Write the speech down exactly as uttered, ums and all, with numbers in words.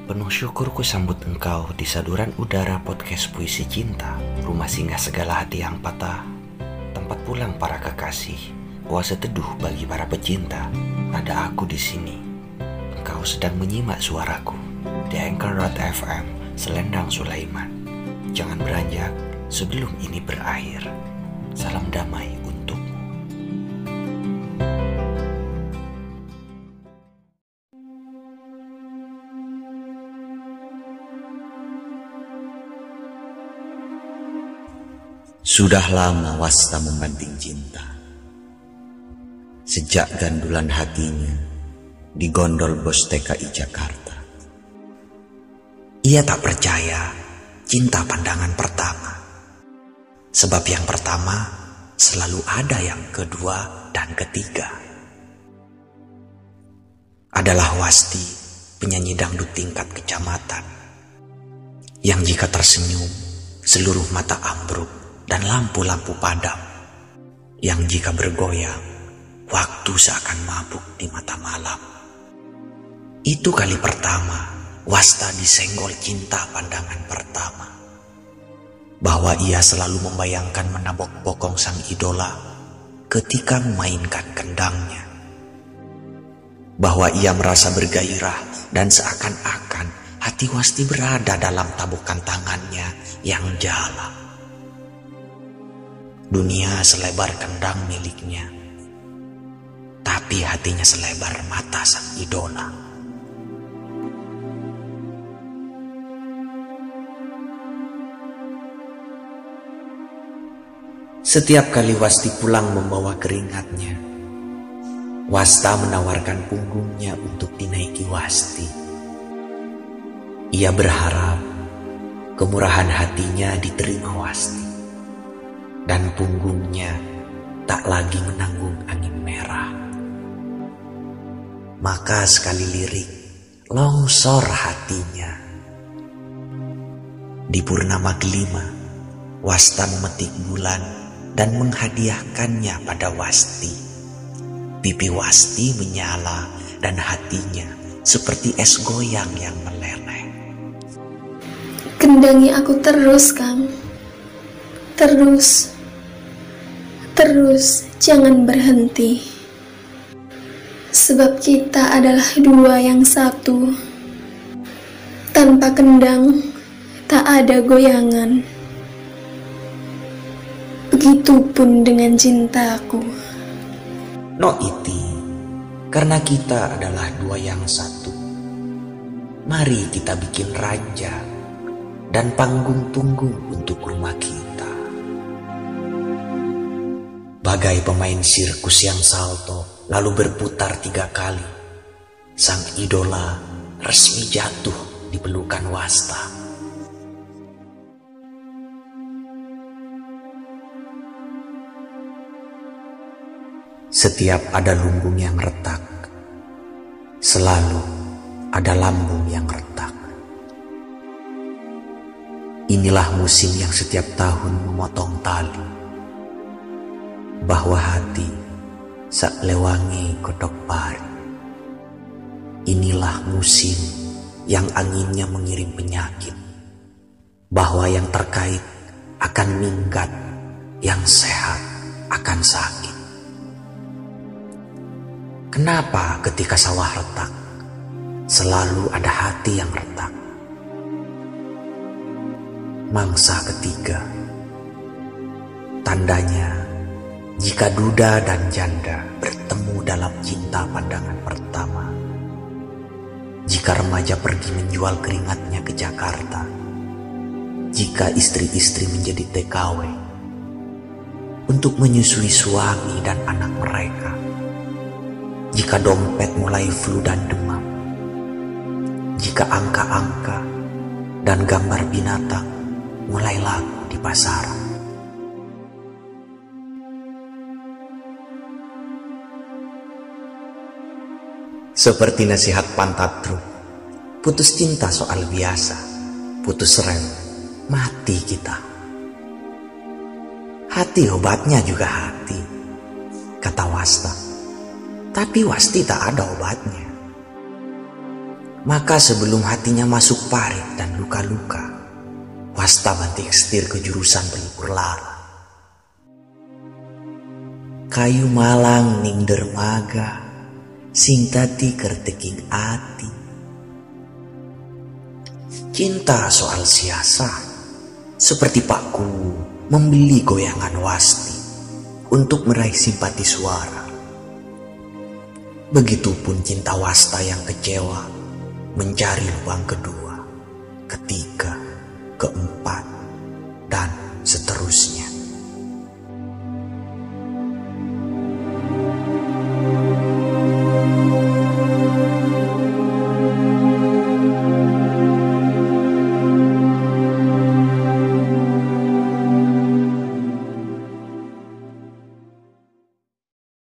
penuh syukur ku sambut engkau di saluran udara podcast Puisi Cinta, rumah singgah segala hati yang patah, tempat pulang para kekasih, oase teduh bagi para pecinta. Ada aku di sini. Engkau sedang menyimak suaraku di Anchor dot F M Selendang Sulaiman. Jangan beranjak sebelum ini berakhir. Salam damai untukmu. Sudah lama Wasta membanting cinta. Sejak gandulan hatinya digondol bos T K I Jakarta. Ia tak percaya cinta pandangan pertama. Sebab yang pertama selalu ada yang kedua dan ketiga. Adalah Wasti, penyanyi dangdut tingkat kecamatan, yang jika tersenyum seluruh mata ambruk dan lampu-lampu padam, yang jika bergoyang waktu seakan mabuk di mata malam. Itu kali pertama Wasta disenggol cinta pandangan pertama, bahwa ia selalu membayangkan menabok bokong sang idola ketika memainkan kendangnya, bahwa ia merasa bergairah dan seakan-akan hati Wasti berada dalam tabukan tangannya yang jala. Dunia selebar kendang miliknya, tapi hatinya selebar mata sang idola. Setiap kali Wasti pulang membawa keringatnya, Wasta menawarkan punggungnya untuk dinaiki Wasti. Ia berharap kemurahan hatinya diterima Wasti, dan punggungnya tak lagi menanggung angin merah. Maka sekali lirik longsor hatinya. Di purnama kelima, Wasta memetik bulan dan menghadiahkannya pada Wasti. Pipi Wasti menyala dan hatinya seperti es goyang yang meleleh. Kendangi aku terus, Kang. Terus, terus jangan berhenti. Sebab kita adalah dua yang satu. Tanpa kendang, tak ada goyangan. Begitupun dengan cintaku. No iti, karena kita adalah dua yang satu. Mari kita bikin ranjang dan panggung tunggu untuk rumah kita. Bagai pemain sirkus yang salto lalu berputar tiga kali, sang idola resmi jatuh di pelukan Wasta. Setiap ada lumbung yang retak, selalu ada lambung yang retak. Inilah musim yang setiap tahun memotong tali, bahwa hati sak lewangi kodok pari. Inilah musim yang anginnya mengirim penyakit, bahwa yang terkait akan minggat, yang sehat akan sakit. Kenapa ketika sawah retak selalu ada hati yang retak? Mangsa ketiga, tandanya jika duda dan janda bertemu dalam cinta pandangan pertama. Jika remaja pergi menjual keringatnya ke Jakarta, jika istri-istri menjadi T K W untuk menyusui suami dan anak mereka, jika dompet mulai flu dan demam, jika angka-angka dan gambar binatang mulai laku di pasaran. Seperti nasihat pantat truk, putus cinta soal biasa, putus rem, mati kita. Hati obatnya juga hati, kata Wasta. Tapi Wasti tak ada obatnya. Maka sebelum hatinya masuk parit dan luka-luka, Wasta banting setir ke jurusan pelipur lara. Kayu malang ning dermaga, sing tati kerteking ati. Cinta soal siasa, seperti Pakku membeli goyangan Wasti untuk meraih simpati suara. Begitupun cinta Wasta yang kecewa mencari lubang kedua, ketiga,